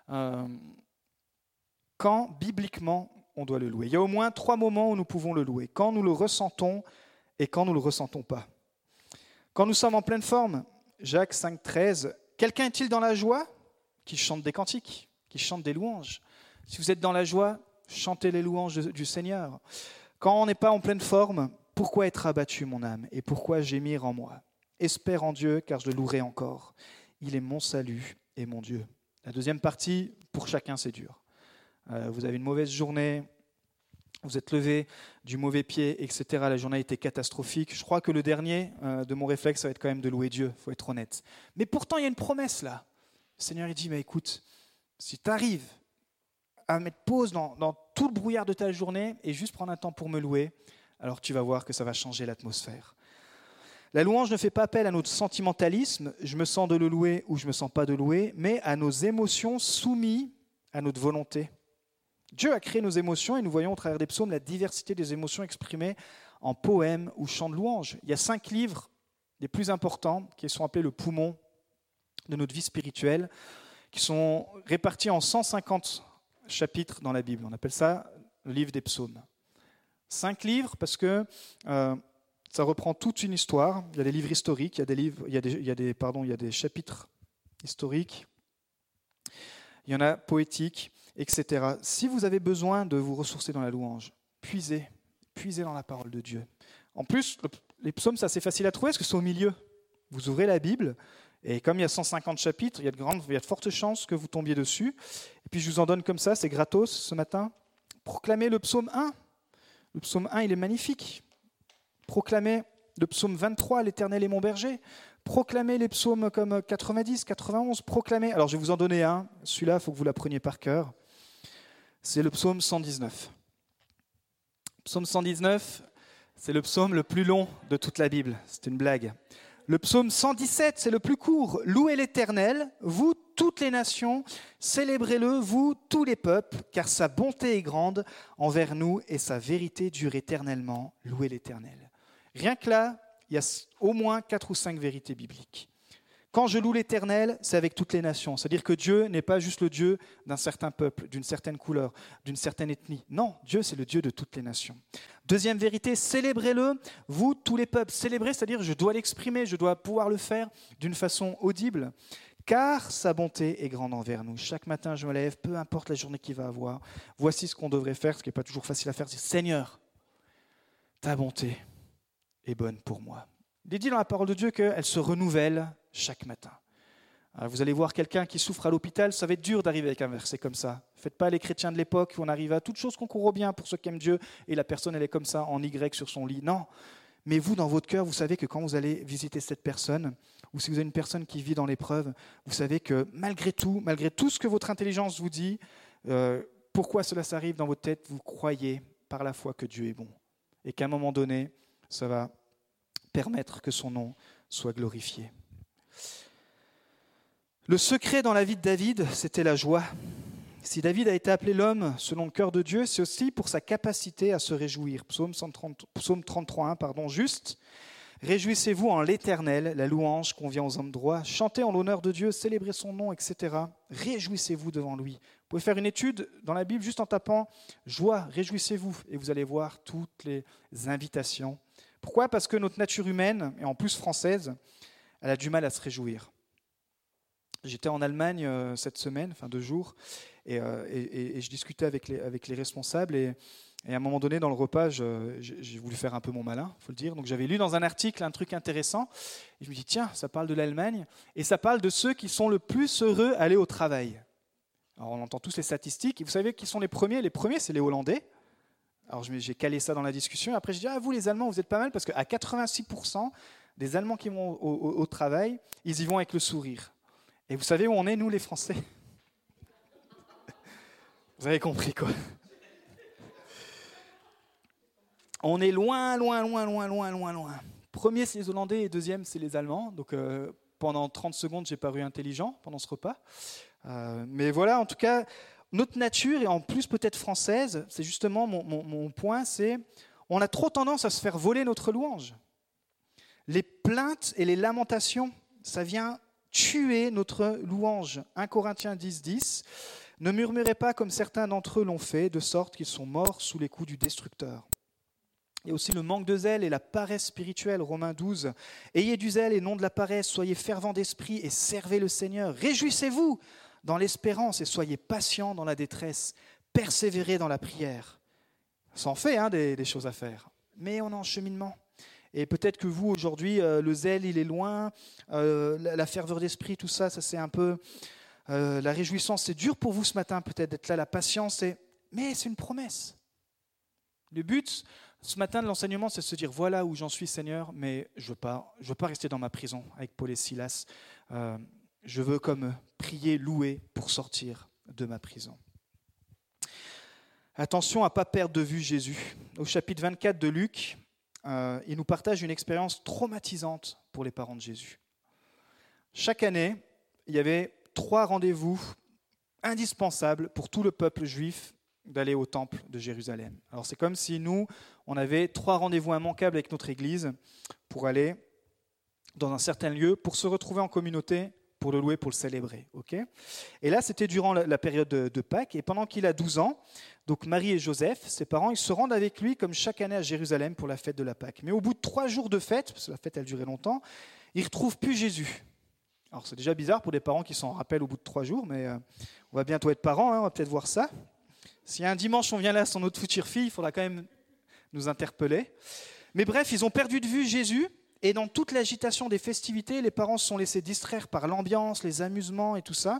Quand, bibliquement, on doit le louer. Il y a au moins 3 moments où nous pouvons le louer. Quand nous le ressentons et quand nous ne le ressentons pas. Quand nous sommes en pleine forme, Jacques 5,13, quelqu'un est-il dans la joie ? Qui chante des cantiques, qui chante des louanges. Si vous êtes dans la joie, chantez les louanges du Seigneur. Quand on n'est pas en pleine forme, Pourquoi être abattu, mon âme, et pourquoi gémir en moi? Espère en Dieu, car je le louerai encore. Il est mon salut et mon Dieu. La deuxième partie, pour chacun, c'est dur. Vous avez une mauvaise journée, vous êtes levé du mauvais pied, etc. La journée a été catastrophique. Je crois que le dernier de mon réflexe, ça va être quand même de louer Dieu, il faut être honnête. Mais pourtant, il y a une promesse là. Le Seigneur il dit, mais écoute, si tu arrives à mettre pause dans tout le brouillard de ta journée et juste prendre un temps pour me louer, alors tu vas voir que ça va changer l'atmosphère. La louange ne fait pas appel à notre sentimentalisme, je me sens de le louer ou je ne me sens pas de louer, mais à nos émotions soumises à notre volonté. Dieu a créé nos émotions et nous voyons au travers des psaumes la diversité des émotions exprimées en poèmes ou chants de louange. Il y a 5 livres les plus importants qui sont appelés le poumon de notre vie spirituelle, qui sont répartis en 150 chapitres dans la Bible. On appelle ça le livre des psaumes. 5 livres parce que ça reprend toute une histoire. Il y a des livres historiques, il y a des chapitres historiques, il y en a poétiques, etc. Si vous avez besoin de vous ressourcer dans la louange, puisez dans la parole de Dieu. En plus, les psaumes, c'est assez facile à trouver parce que c'est au milieu. Vous ouvrez la Bible, et comme il y a 150 chapitres, il y a de fortes chances que vous tombiez dessus. Et puis je vous en donne comme ça, c'est gratos ce matin. Proclamez le psaume 1. Le psaume 1, il est magnifique. Proclamez le psaume 23, l'Éternel est mon berger. Proclamez les psaumes comme 90, 91. Proclamez. Alors je vais vous en donner un. Celui-là, il faut que vous l'appreniez par cœur. C'est le psaume 119. Psaume 119, c'est le psaume le plus long de toute la Bible. C'est une blague. Le psaume 117, c'est le plus court. Louez l'Éternel, vous toutes les nations, célébrez-le, vous tous les peuples, car sa bonté est grande envers nous et sa vérité dure éternellement. Louez l'Éternel. Rien que là, il y a au moins 4 ou 5 vérités bibliques. Quand je loue l'Éternel, c'est avec toutes les nations. C'est-à-dire que Dieu n'est pas juste le Dieu d'un certain peuple, d'une certaine couleur, d'une certaine ethnie. Non, Dieu, c'est le Dieu de toutes les nations. Deuxième vérité, célébrez-le, vous, tous les peuples. Célébrer, c'est-à-dire je dois l'exprimer, je dois pouvoir le faire d'une façon audible, car sa bonté est grande envers nous. Chaque matin, je me lève, peu importe la journée qu'il va avoir. Voici ce qu'on devrait faire, ce qui n'est pas toujours facile à faire, c'est « Seigneur, ta bonté est bonne pour moi ». Il est dit dans la parole de Dieu qu'elle se renouvelle chaque matin. Alors vous allez voir quelqu'un qui souffre à l'hôpital, ça va être dur d'arriver avec un verset comme ça. Faites pas les chrétiens de l'époque où on arrive à toute chose qu'on court bien pour ceux qui aiment Dieu et la personne elle est comme ça en Y sur son lit. Non, mais vous dans votre cœur, vous savez que quand vous allez visiter cette personne ou si vous avez une personne qui vit dans l'épreuve, vous savez que malgré tout ce que votre intelligence vous dit, pourquoi cela s'arrive dans votre tête, vous croyez par la foi que Dieu est bon et qu'à un moment donné, ça va permettre que son nom soit glorifié. Le secret dans la vie de David, c'était la joie. Si David a été appelé l'homme selon le cœur de Dieu, c'est aussi pour sa capacité à se réjouir. Psaume 33:1, juste. Réjouissez-vous en l'Éternel, la louange convient aux hommes droits. Chantez en l'honneur de Dieu, célébrez son nom, etc. Réjouissez-vous devant lui. Vous pouvez faire une étude dans la Bible juste en tapant « joie, réjouissez-vous » et vous allez voir toutes les invitations. Pourquoi ? Parce que notre nature humaine, et en plus française, elle a du mal à se réjouir. J'étais en Allemagne cette semaine, 2 jours, et je discutais avec les responsables. Et à un moment donné, dans le repas, j'ai voulu faire un peu mon malin, il faut le dire. Donc j'avais lu dans un article un truc intéressant. Et je me dis, tiens, ça parle de l'Allemagne, et ça parle de ceux qui sont le plus heureux à aller au travail. Alors on entend tous les statistiques, et vous savez qui sont les premiers ? Les premiers, c'est les Hollandais. Alors j'ai calé ça dans la discussion. Après, je dis, vous les Allemands, vous êtes pas mal, parce qu'à 86% des Allemands qui vont au travail, ils y vont avec le sourire. Et vous savez où on est, nous, les Français ? Vous avez compris, quoi. On est loin. Premier, c'est les Hollandais, et deuxième, c'est les Allemands. Donc, pendant 30 secondes, j'ai paru intelligent pendant ce repas. Mais voilà, en tout cas, notre nature, et en plus peut-être française, c'est justement mon point, c'est on a trop tendance à se faire voler notre louange. Les plaintes et les lamentations, ça vient tuer notre louange. 1 Corinthiens 10:10. Ne murmurez pas comme certains d'entre eux l'ont fait, de sorte qu'ils sont morts sous les coups du destructeur. Il y a aussi le manque de zèle et la paresse spirituelle, Romains 12. Ayez du zèle et non de la paresse, soyez fervents d'esprit et servez le Seigneur. Réjouissez-vous dans l'espérance et soyez patients dans la détresse. Persévérez dans la prière. Ça en fait des choses à faire. mais on est en cheminement. Et peut-être que vous, aujourd'hui, le zèle, il est loin, la ferveur d'esprit, tout ça, ça c'est un peu... la réjouissance, c'est dur pour vous ce matin peut-être d'être là, la patience, mais c'est une promesse. Le but ce matin de l'enseignement, c'est de se dire, voilà où j'en suis Seigneur, mais je veux pas rester dans ma prison avec Paul et Silas. Je veux comme eux, prier, louer pour sortir de ma prison. Attention à ne pas perdre de vue Jésus. Au chapitre 24 de Luc, il nous partage une expérience traumatisante pour les parents de Jésus. Chaque année, il y avait 3 rendez-vous indispensables pour tout le peuple juif d'aller au temple de Jérusalem. Alors c'est comme si nous, on avait 3 rendez-vous immanquables avec notre Église pour aller dans un certain lieu, pour se retrouver en communauté, pour le louer, pour le célébrer. Okay, et là, c'était durant la période de Pâques, et pendant qu'il a 12 ans, donc Marie et Joseph, ses parents, ils se rendent avec lui comme chaque année à Jérusalem pour la fête de la Pâques. Mais au bout de 3 jours de fête, parce que la fête elle durait longtemps, ils ne retrouvent plus Jésus. Alors c'est déjà bizarre pour des parents qui s'en rappellent au bout de 3 jours, mais on va bientôt être parents, on va peut-être voir ça. Si un dimanche on vient là sans notre future fille, il faudra quand même nous interpeller. Mais bref, ils ont perdu de vue Jésus, et dans toute l'agitation des festivités, les parents se sont laissés distraire par l'ambiance, les amusements et tout ça.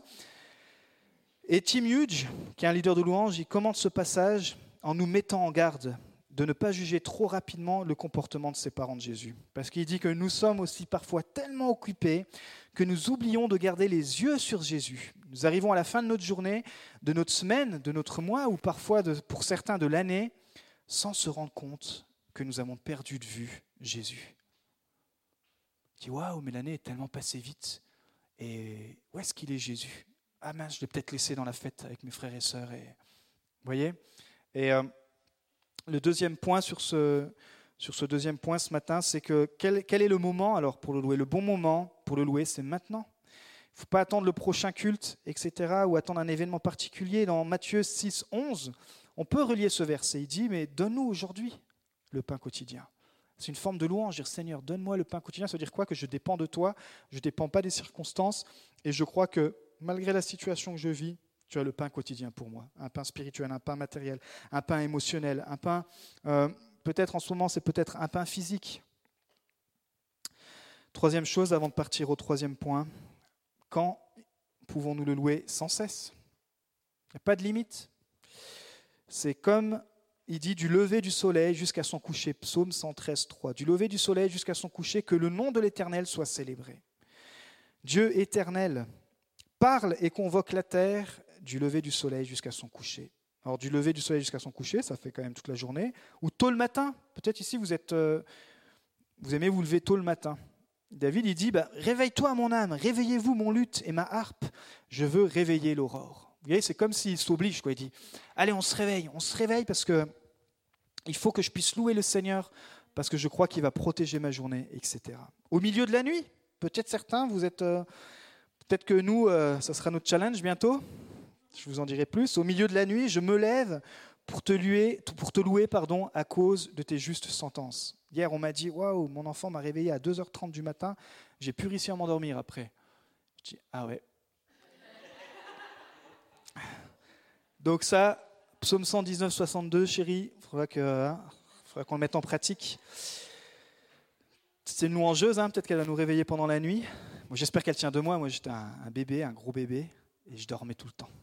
Et Tim Hughes, qui est un leader de louange, il commente ce passage en nous mettant en garde de ne pas juger trop rapidement le comportement de ces parents de Jésus. Parce qu'il dit que nous sommes aussi parfois tellement occupés que nous oublions de garder les yeux sur Jésus. Nous arrivons à la fin de notre journée, de notre semaine, de notre mois, ou parfois, pour certains, de l'année, sans se rendre compte que nous avons perdu de vue Jésus. Je dis, waouh, mais l'année est tellement passée vite. Et où est-ce qu'il est Jésus ? Ah mince, je l'ai peut-être laissé dans la fête avec mes frères et sœurs. Vous voyez ? Et le deuxième point sur ce deuxième point ce matin, c'est que quel est le moment alors pour le louer ? Le bon moment pour le louer, c'est maintenant. Il ne faut pas attendre le prochain culte, etc., ou attendre un événement particulier. Dans Matthieu 6, 11, on peut relier ce verset. Il dit, mais donne-nous aujourd'hui le pain quotidien. C'est une forme de louange, dire Seigneur, donne-moi le pain quotidien. Ça veut dire quoi ? Que je dépends de toi, je ne dépends pas des circonstances, et je crois que malgré la situation que je vis, tu as le pain quotidien pour moi. Un pain spirituel, un pain matériel, un pain émotionnel, un pain, peut-être en ce moment, c'est peut-être un pain physique. Troisième chose, avant de partir au troisième point, quand pouvons-nous le louer sans cesse ? Il n'y a pas de limite. C'est comme il dit du lever du soleil jusqu'à son coucher, psaume 113, 3. Du lever du soleil jusqu'à son coucher, que le nom de l'Éternel soit célébré. Dieu éternel parle et convoque la terre du lever du soleil jusqu'à son coucher. Alors du lever du soleil jusqu'à son coucher, ça fait quand même toute la journée. Ou tôt le matin, peut-être ici vous aimez vous lever tôt le matin. David il dit, réveille-toi mon âme, réveillez-vous mon luth et ma harpe, je veux réveiller l'aurore. Vous voyez, c'est comme s'il s'oblige, quoi. Il dit, allez on se réveille parce que il faut que je puisse louer le Seigneur, parce que je crois qu'il va protéger ma journée, etc. Au milieu de la nuit, peut-être certains, vous êtes... peut-être que nous, ça sera notre challenge bientôt, je vous en dirai plus. Au milieu de la nuit, je me lève pour te louer, à cause de tes justes sentences. Hier, on m'a dit, waouh, mon enfant m'a réveillé à 2h30 du matin, j'ai pu réussir à m'endormir après. Je dis, ah ouais. Donc ça, psaume 119, 62, chérie, il faudra qu'on le mette en pratique. C'est une louangeuse, peut-être qu'elle va nous réveiller pendant la nuit. Moi, j'espère qu'elle tient de moi. Moi, j'étais un bébé, un gros bébé, et je dormais tout le temps.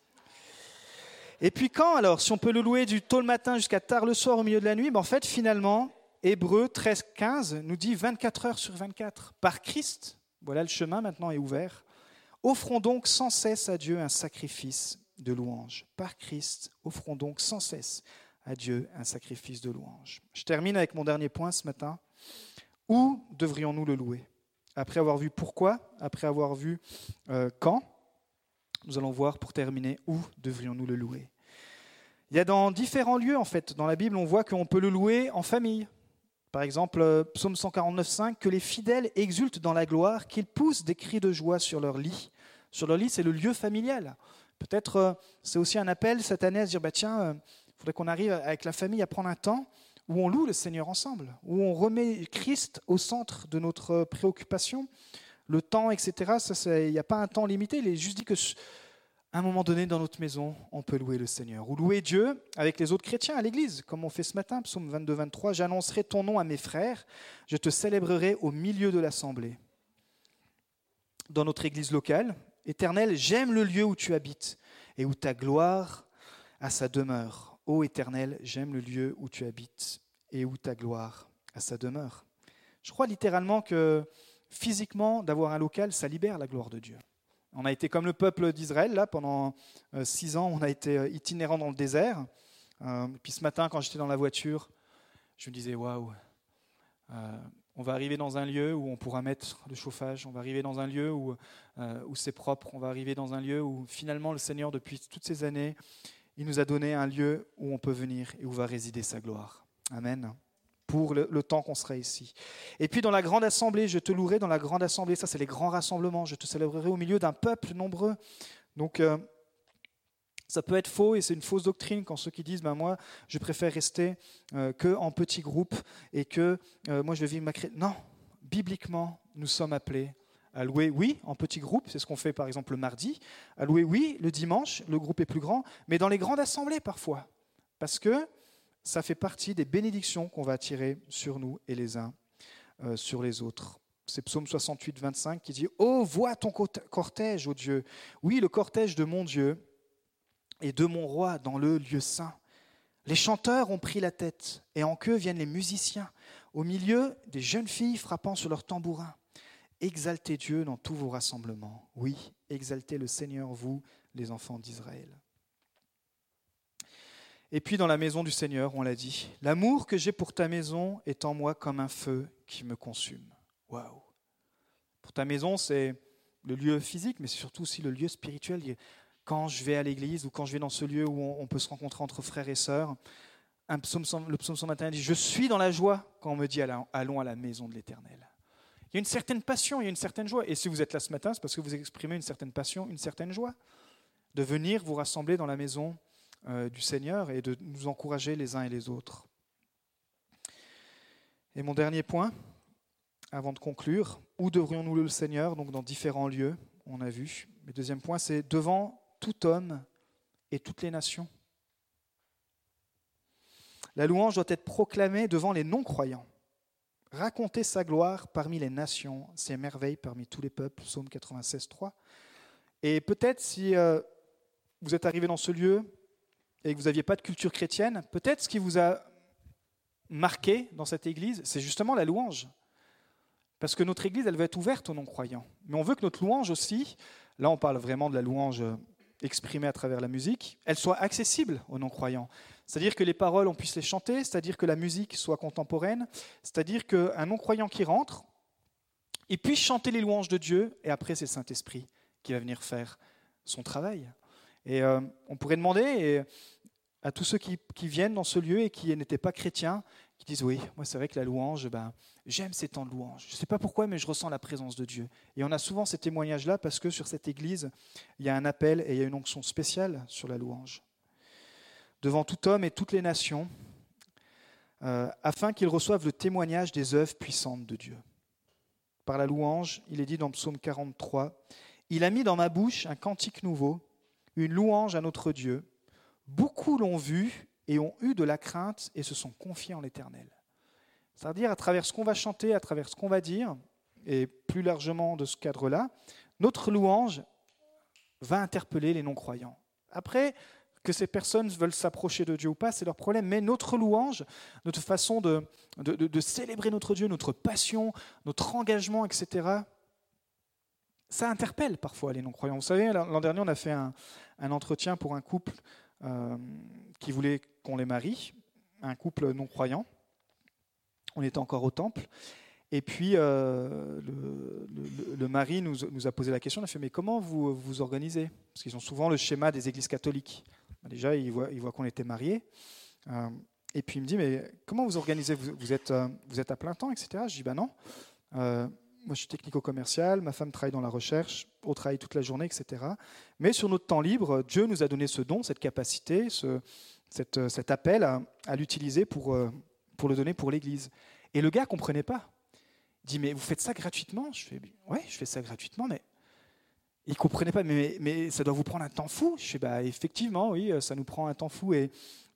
Et puis quand, alors, si on peut le louer du tôt le matin jusqu'à tard le soir au milieu de la nuit, en fait, finalement, Hébreux 13, 15 nous dit 24 heures sur 24. Par Christ, voilà le chemin maintenant est ouvert. Offrons donc sans cesse à Dieu un sacrifice de louange. Par Christ, offrons donc sans cesse à Dieu un sacrifice de louange. Je termine avec mon dernier point ce matin. Où devrions-nous le louer ? Après avoir vu pourquoi, après avoir vu quand, nous allons voir pour terminer où devrions-nous le louer. Il y a dans différents lieux, en fait, dans la Bible, on voit qu'on peut le louer en famille. Par exemple, psaume 149, 5, que les fidèles exultent dans la gloire, qu'ils poussent des cris de joie sur leur lit. Sur leur lit, c'est le lieu familial. Peut-être c'est aussi un appel cette année à se dire, il faudrait qu'on arrive avec la famille à prendre un temps où on loue le Seigneur ensemble, où on remet Christ au centre de notre préoccupation, le temps, etc. Il n'y a pas un temps limité, il est juste dit que à un moment donné, dans notre maison, on peut louer le Seigneur. Ou louer Dieu avec les autres chrétiens à l'église, comme on fait ce matin, psaume 22-23. « J'annoncerai ton nom à mes frères, je te célébrerai au milieu de l'assemblée. » Dans notre église locale, « Éternel, j'aime le lieu où tu habites et où ta gloire a sa demeure. Ô Éternel, j'aime le lieu où tu habites et où ta gloire a sa demeure. » Je crois littéralement que physiquement, d'avoir un local, ça libère la gloire de Dieu. On a été comme le peuple d'Israël, là, pendant 6 ans, on a été itinérant dans le désert. Puis ce matin, quand j'étais dans la voiture, je me disais, waouh, on va arriver dans un lieu où on pourra mettre le chauffage, on va arriver dans un lieu où c'est propre, on va arriver dans un lieu où finalement le Seigneur, depuis toutes ces années, il nous a donné un lieu où on peut venir et où va résider sa gloire. Amen. Pour le temps qu'on sera ici. Et puis dans la grande assemblée, je te louerai dans la grande assemblée, ça c'est les grands rassemblements, je te célébrerai au milieu d'un peuple nombreux. Donc ça peut être faux et c'est une fausse doctrine quand ceux qui disent moi je préfère rester qu'en petits groupes et que moi je vais vivre ma chrétienté. Non, bibliquement nous sommes appelés à louer, oui, en petits groupes, c'est ce qu'on fait par exemple le mardi, à louer, oui, le dimanche, le groupe est plus grand, mais dans les grandes assemblées parfois, parce que ça fait partie des bénédictions qu'on va attirer sur nous et les uns sur les autres. C'est Psaume 68, 25 qui dit « Oh, vois ton cortège, ô Dieu, oui, le cortège de mon Dieu et de mon roi dans le lieu saint. Les chanteurs ont pris la tête et en queue viennent les musiciens, au milieu des jeunes filles frappant sur leurs tambourins. Exaltez Dieu dans tous vos rassemblements. Oui, exaltez le Seigneur, vous, les enfants d'Israël. » Et puis dans la maison du Seigneur, on l'a dit, « L'amour que j'ai pour ta maison est en moi comme un feu qui me consume. » Waouh! Pour ta maison, c'est le lieu physique, mais c'est surtout aussi le lieu spirituel. Quand je vais à l'église ou quand je vais dans ce lieu où on peut se rencontrer entre frères et sœurs, le psaume 121 dit « Je suis dans la joie quand on me dit allons à la maison de l'Éternel. » Il y a une certaine passion, il y a une certaine joie. Et si vous êtes là ce matin, c'est parce que vous exprimez une certaine passion, une certaine joie de venir vous rassembler dans la maison du Seigneur et de nous encourager les uns et les autres. Et mon dernier point, avant de conclure, où devrions-nous louer le Seigneur? Donc dans différents lieux, on a vu. Le deuxième point, c'est devant tout homme et toutes les nations. La louange doit être proclamée devant les non-croyants. Raconter sa gloire parmi les nations, ses merveilles parmi tous les peuples, psaume 96, 3. Et peut-être si vous êtes arrivé dans ce lieu et que vous n'aviez pas de culture chrétienne, peut-être ce qui vous a marqué dans cette église, c'est justement la louange. Parce que notre église, elle veut être ouverte aux non-croyants. Mais on veut que notre louange aussi, là on parle vraiment de la louange exprimée à travers la musique, elle soit accessible aux non-croyants. C'est-à-dire que les paroles, on puisse les chanter, c'est-à-dire que la musique soit contemporaine, c'est-à-dire qu'un non-croyant qui rentre, il puisse chanter les louanges de Dieu, et après c'est le Saint-Esprit qui va venir faire son travail. Et on pourrait demander à tous ceux qui viennent dans ce lieu et qui n'étaient pas chrétiens, qui disent « Oui, moi c'est vrai que la louange, j'aime ces temps de louange. Je ne sais pas pourquoi, mais je ressens la présence de Dieu. » Et on a souvent ces témoignages-là parce que sur cette église, il y a un appel et il y a une onction spéciale sur la louange. Devant tout homme et toutes les nations, afin qu'ils reçoivent le témoignage des œuvres puissantes de Dieu. Par la louange, il est dit dans Psaume 43, « Il a mis dans ma bouche un cantique nouveau, une louange à notre Dieu. Beaucoup l'ont vu et ont eu de la crainte et se sont confiés en l'Éternel. » C'est-à-dire, à travers ce qu'on va chanter, à travers ce qu'on va dire, et plus largement de ce cadre-là, notre louange va interpeller les non-croyants. Après, que ces personnes veulent s'approcher de Dieu ou pas, c'est leur problème, mais notre louange, notre façon de célébrer notre Dieu, notre passion, notre engagement, etc., ça interpelle parfois les non-croyants. Vous savez, l'an dernier, on a fait un entretien pour un couple qui voulait qu'on les marie, un couple non-croyant. On était encore au temple. Et puis, le mari nous a posé la question, il a fait « Mais comment vous vous organisez ?» Parce qu'ils ont souvent le schéma des églises catholiques. Déjà, il voit qu'on était mariés. Et puis, il me dit « Mais comment vous organisez ? Vous êtes à plein temps, etc. » Je dis « Non. Moi, je suis technico-commercial, ma femme travaille dans la recherche, on travaille toute la journée, etc. Mais sur notre temps libre, Dieu nous a donné ce don, cette capacité, cet appel à l'utiliser pour le donner pour l'Église. » Et le gars ne comprenait pas. Il dit « Mais vous faites ça gratuitement ?» Je fais « Ouais, je fais ça gratuitement, mais Ils ne comprenaient pas, mais ça doit vous prendre un temps fou. Je fais, bah, effectivement, oui, ça nous prend un temps fou. Et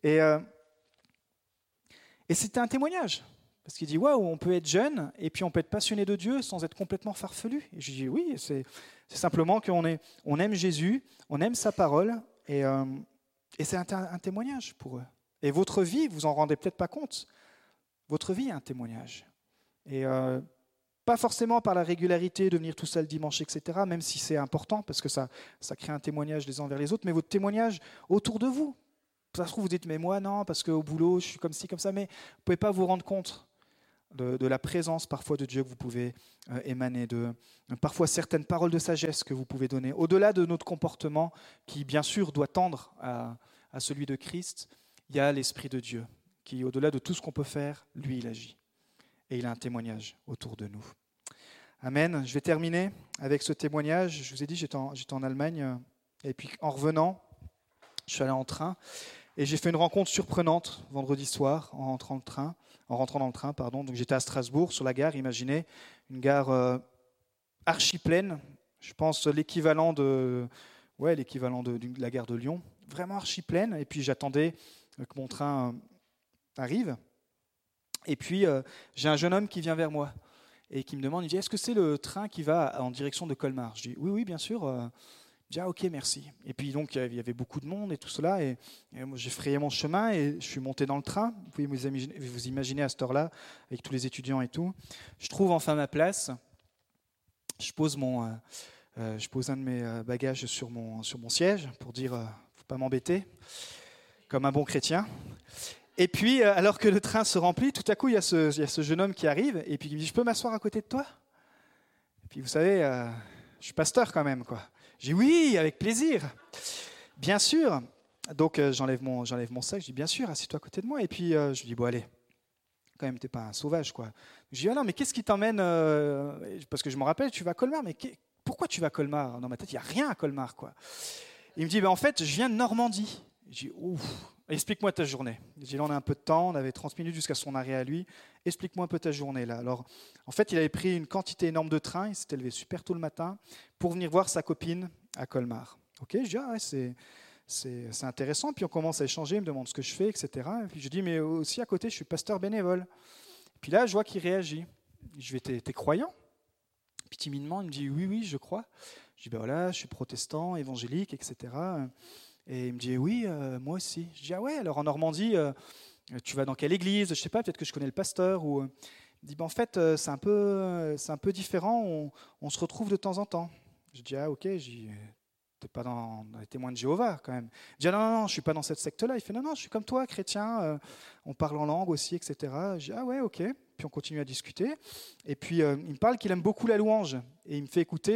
c'était un témoignage. Parce qu'il dit, waouh, on peut être jeune et puis on peut être passionné de Dieu sans être complètement farfelu. Et je dis, oui, c'est simplement qu'on aime Jésus, on aime sa parole et c'est un témoignage pour eux. Et votre vie, vous en rendez peut-être pas compte, votre vie est un témoignage. Et pas forcément par la régularité de venir tout ça le dimanche, etc., même si c'est important parce que ça crée un témoignage les uns envers les autres, mais votre témoignage autour de vous. Ça se trouve, vous dites, mais moi, non, parce qu'au boulot, je suis comme ci, comme ça, mais vous ne pouvez pas vous rendre compte de la présence parfois de Dieu que vous pouvez émaner, de parfois certaines paroles de sagesse que vous pouvez donner, au-delà de notre comportement qui, bien sûr, doit tendre à celui de Christ. Il y a l'Esprit de Dieu qui, au-delà de tout ce qu'on peut faire, lui, il agit. Et il a un témoignage autour de nous. Amen. Je vais terminer avec ce témoignage. Je vous ai dit, j'étais en Allemagne, et puis en revenant, je suis allé en train, et j'ai fait une rencontre surprenante vendredi soir en rentrant dans le train. Donc j'étais à Strasbourg, sur la gare, imaginez, une gare archi pleine, je pense l'équivalent de la gare de Lyon, vraiment archi pleine, et puis j'attendais que mon train arrive, et puis j'ai un jeune homme qui vient vers moi, et qui me demande, il dit, est-ce que c'est le train qui va en direction de Colmar? Je dis, oui, bien sûr. Je dis, ah ok, merci. Et puis donc, il y avait beaucoup de monde et tout cela, et moi, j'ai frayé mon chemin, et je suis monté dans le train. Vous pouvez vous imaginer à cette heure-là, avec tous les étudiants et tout. Je trouve enfin ma place. Je pose un de mes bagages sur mon siège, pour dire, faut pas m'embêter, comme un bon chrétien. Et puis, alors que le train se remplit, tout à coup, il y a ce jeune homme qui arrive, et puis il me dit, je peux m'asseoir à côté de toi? Et puis, vous savez, je suis pasteur quand même, quoi. J'ai dit, oui, avec plaisir, bien sûr. Donc, j'enlève mon sac, je dis, bien sûr, assieds-toi à côté de moi. Et puis, je lui dis, bon, allez, quand même, t'es pas un sauvage, quoi. Je lui dis, ah non, mais qu'est-ce qui t'emmène parce que je me rappelle, tu vas à Colmar, mais pourquoi tu vas à Colmar? Dans ma tête, il n'y a rien à Colmar, quoi. Il me dit, en fait, je viens de Normandie. Je dis, ouf. Explique-moi ta journée. J'ai dit, là, on a un peu de temps, on avait 30 minutes jusqu'à son arrêt à lui. Explique-moi un peu ta journée là. Alors, en fait, il avait pris une quantité énorme de train, il s'était levé super tôt le matin pour venir voir sa copine à Colmar. Ok, je dis, ah ouais, c'est intéressant. Puis on commence à échanger, il me demande ce que je fais, etc. Et puis je dis, mais aussi à côté, je suis pasteur bénévole. Puis là, je vois qu'il réagit. Je dis, t'es croyant? Puis timidement, il me dit, oui, je crois. Je dis, ben voilà, je suis protestant, évangélique, etc. Et il me dit, oui, moi aussi. Je dis, ah ouais, alors en Normandie, tu vas dans quelle église? Je ne sais pas, peut-être que je connais le pasteur. Il me dit, en fait, c'est un peu différent, on se retrouve de temps en temps. Je dis, ah ok, t'es pas dans les témoins de Jéhovah quand même. Je dis, ah, non, je ne suis pas dans cette secte-là. Il fait, non, je suis comme toi, chrétien, on parle en langue aussi, etc. Je dis, ah ouais, ok. Puis on continue à discuter. Et puis il me parle qu'il aime beaucoup la louange. Et il me fait écouter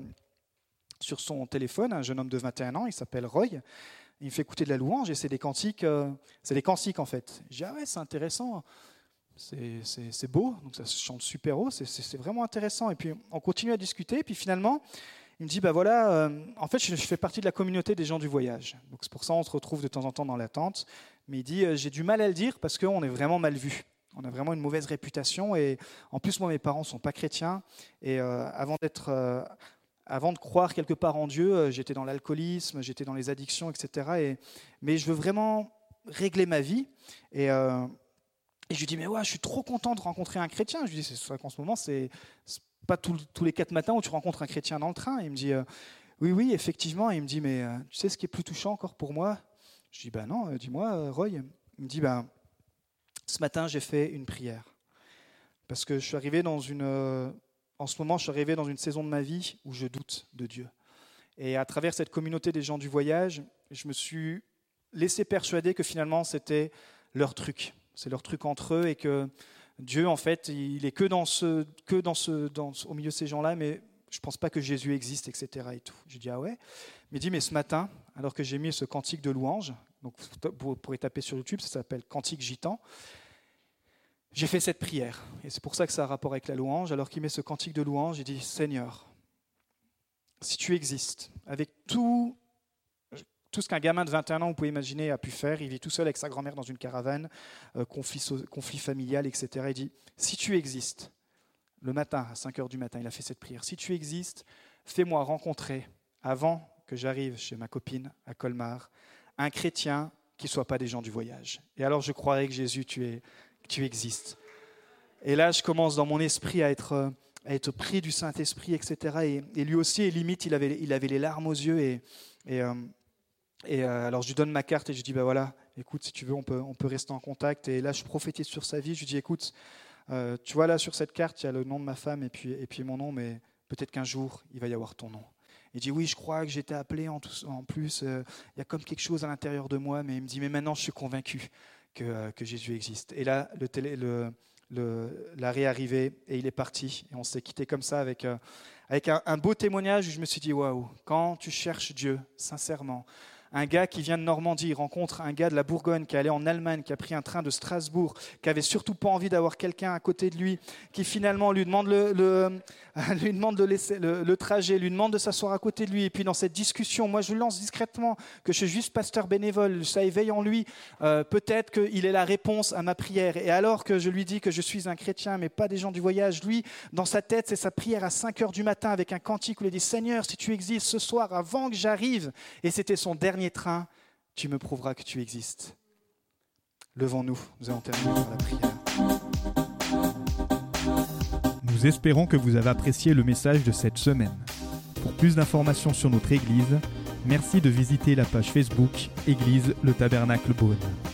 sur son téléphone, un jeune homme de 21 ans, il s'appelle Roy. Il me fait écouter de la louange et c'est des cantiques en fait. Je dis, ah ouais, c'est intéressant, c'est beau, donc ça se chante super haut, c'est vraiment intéressant. Et puis on continue à discuter, et puis finalement, il me dit, bah voilà, en fait je fais partie de la communauté des gens du voyage. Donc c'est pour ça qu'on se retrouve de temps en temps dans la tente. Mais il dit, j'ai du mal à le dire parce qu'on est vraiment mal vu. On a vraiment une mauvaise réputation, et en plus moi mes parents ne sont pas chrétiens, et avant de croire quelque part en Dieu, j'étais dans l'alcoolisme, j'étais dans les addictions, etc. Mais je veux vraiment régler ma vie. Et je lui dis, mais ouais, je suis trop content de rencontrer un chrétien. Je lui dis, c'est vrai qu'en ce moment, c'est pas tous les 4 matins où tu rencontres un chrétien dans le train. Et il me dit, oui, effectivement. Et il me dit, mais tu sais ce qui est plus touchant encore pour moi? Je dis, bah non, dis-moi, Roy. Il me dit, bah, ce matin, j'ai fait une prière. Parce que je suis arrivé en ce moment, je suis arrivé dans une saison de ma vie où je doute de Dieu. Et à travers cette communauté des gens du voyage, je me suis laissé persuader que finalement, c'était leur truc. C'est leur truc entre eux, et que Dieu, en fait, il est au milieu de ces gens-là, mais je ne pense pas que Jésus existe, etc. Et tout. J'ai dit, ah ouais? Mais il dit, mais ce matin, alors que j'ai mis ce cantique de louange, donc vous pourrez taper sur YouTube, ça s'appelle Cantique Gitan, j'ai fait cette prière, et c'est pour ça que ça a rapport avec la louange. Alors qu'il met ce cantique de louange, il dit, Seigneur, si tu existes, avec tout ce qu'un gamin de 21 ans, vous pouvez imaginer, a pu faire, il vit tout seul avec sa grand-mère dans une caravane, conflit familial, etc. Il dit, si tu existes, le matin, à 5 heures du matin, il a fait cette prière, si tu existes, fais-moi rencontrer avant que j'arrive chez ma copine à Colmar, un chrétien qui ne soit pas des gens du voyage. Et alors je croirais que Jésus, tu existes. Et là, je commence dans mon esprit à être pris du Saint-Esprit, etc. Et lui aussi, limite, il avait les larmes aux yeux. Alors je lui donne ma carte et je lui dis, voilà, écoute, si tu veux, on peut rester en contact. Et là, je prophétise sur sa vie. Je lui dis, écoute, tu vois là, sur cette carte, il y a le nom de ma femme et puis mon nom, mais peut-être qu'un jour, il va y avoir ton nom. Il dit, oui, je crois que j'ai été appelé en plus. Il y a comme quelque chose à l'intérieur de moi, mais il me dit, mais maintenant, je suis convaincu que Jésus existe. Et là, l'arrêt est arrivé et il est parti. Et on s'est quitté comme ça avec un beau témoignage où je me suis dit, waouh, quand tu cherches Dieu, sincèrement, un gars qui vient de Normandie, il rencontre un gars de la Bourgogne qui est allé en Allemagne, qui a pris un train de Strasbourg, qui avait surtout pas envie d'avoir quelqu'un à côté de lui, qui finalement lui demande lui demande de laisser le trajet, lui demande de s'asseoir à côté de lui. Et puis dans cette discussion, moi je lui lance discrètement que je suis juste pasteur bénévole, ça éveille en lui peut-être qu'il est la réponse à ma prière. Et alors que je lui dis que je suis un chrétien, mais pas des gens du voyage, lui, dans sa tête, c'est sa prière à 5h du matin avec un cantique où il dit « Seigneur, si tu existes ce soir avant que j'arrive », et c'était son dernier train, tu me prouveras que tu existes. Levons-nous, nous allons terminer par la prière. Nous espérons que vous avez apprécié le message de cette semaine. Pour plus d'informations sur notre Église, merci de visiter la page Facebook Église le Tabernacle Beaune.